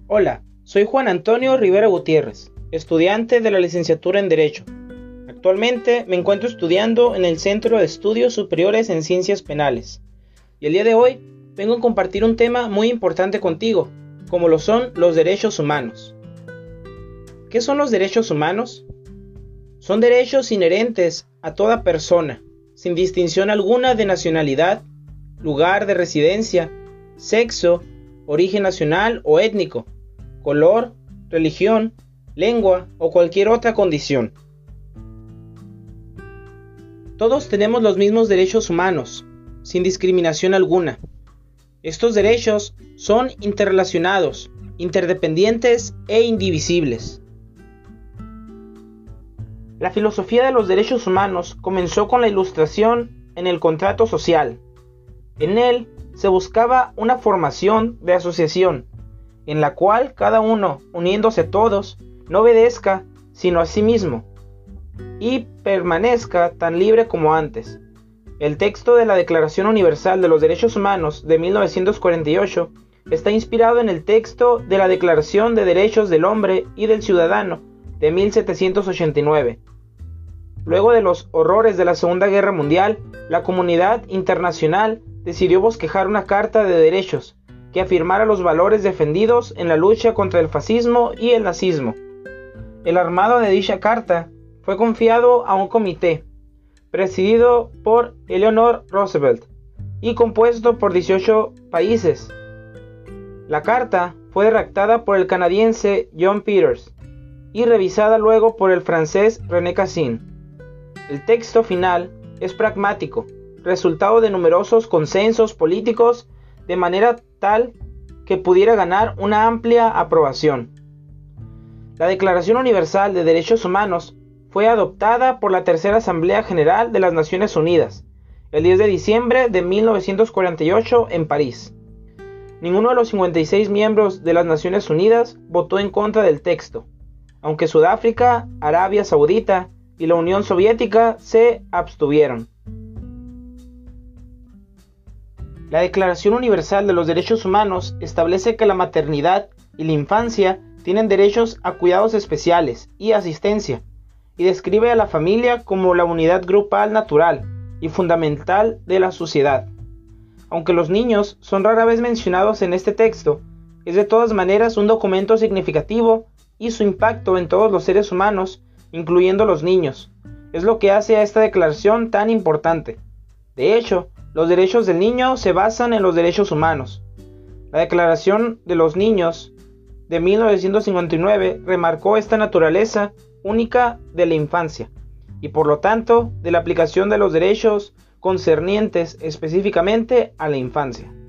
Hola, soy Juan Antonio Rivera Gutiérrez, estudiante de la licenciatura en Derecho. Actualmente me encuentro estudiando en el Centro de Estudios Superiores en Ciencias Penales. Y el día de hoy vengo a compartir un tema muy importante contigo, como lo son los derechos humanos. ¿Qué son los derechos humanos? Son derechos inherentes a toda persona, sin distinción alguna de nacionalidad, lugar de residencia, sexo, origen nacional o étnico, color, religión, lengua o cualquier otra condición. Todos tenemos los mismos derechos humanos, sin discriminación alguna. Estos derechos son interrelacionados, interdependientes e indivisibles. La filosofía de los derechos humanos comenzó con la Ilustración en el contrato social. En él se buscaba una formación de asociación, en la cual cada uno, uniéndose todos, no obedezca sino a sí mismo, y permanezca tan libre como antes. El texto de la Declaración Universal de los Derechos Humanos de 1948 está inspirado en el texto de la Declaración de Derechos del Hombre y del Ciudadano de 1789. Luego de los horrores de la Segunda Guerra Mundial, la comunidad internacional decidió bosquejar una carta de derechos que afirmara los valores defendidos en la lucha contra el fascismo y el nazismo. El armado de dicha carta fue confiado a un comité, presidido por Eleanor Roosevelt y compuesto por 18 países. La carta fue redactada por el canadiense John Peters y revisada luego por el francés René Cassin. El texto final es pragmático, resultado de numerosos consensos políticos, de manera tal que pudiera ganar una amplia aprobación. La Declaración Universal de Derechos Humanos fue adoptada por la Tercera Asamblea General de las Naciones Unidas, el 10 de diciembre de 1948 en París. Ninguno de los 56 miembros de las Naciones Unidas votó en contra del texto, aunque Sudáfrica, Arabia Saudita y la Unión Soviética se abstuvieron. La Declaración Universal de los Derechos Humanos establece que la maternidad y la infancia tienen derechos a cuidados especiales y asistencia, y describe a la familia como la unidad grupal natural y fundamental de la sociedad. Aunque los niños son rara vez mencionados en este texto, es de todas maneras un documento significativo y su impacto en todos los seres humanos, incluyendo los niños, es lo que hace a esta declaración tan importante. De hecho, los derechos del niño se basan en los derechos humanos. La Declaración de los Niños de 1959 remarcó esta naturaleza única de la infancia y por lo tanto de la aplicación de los derechos concernientes específicamente a la infancia.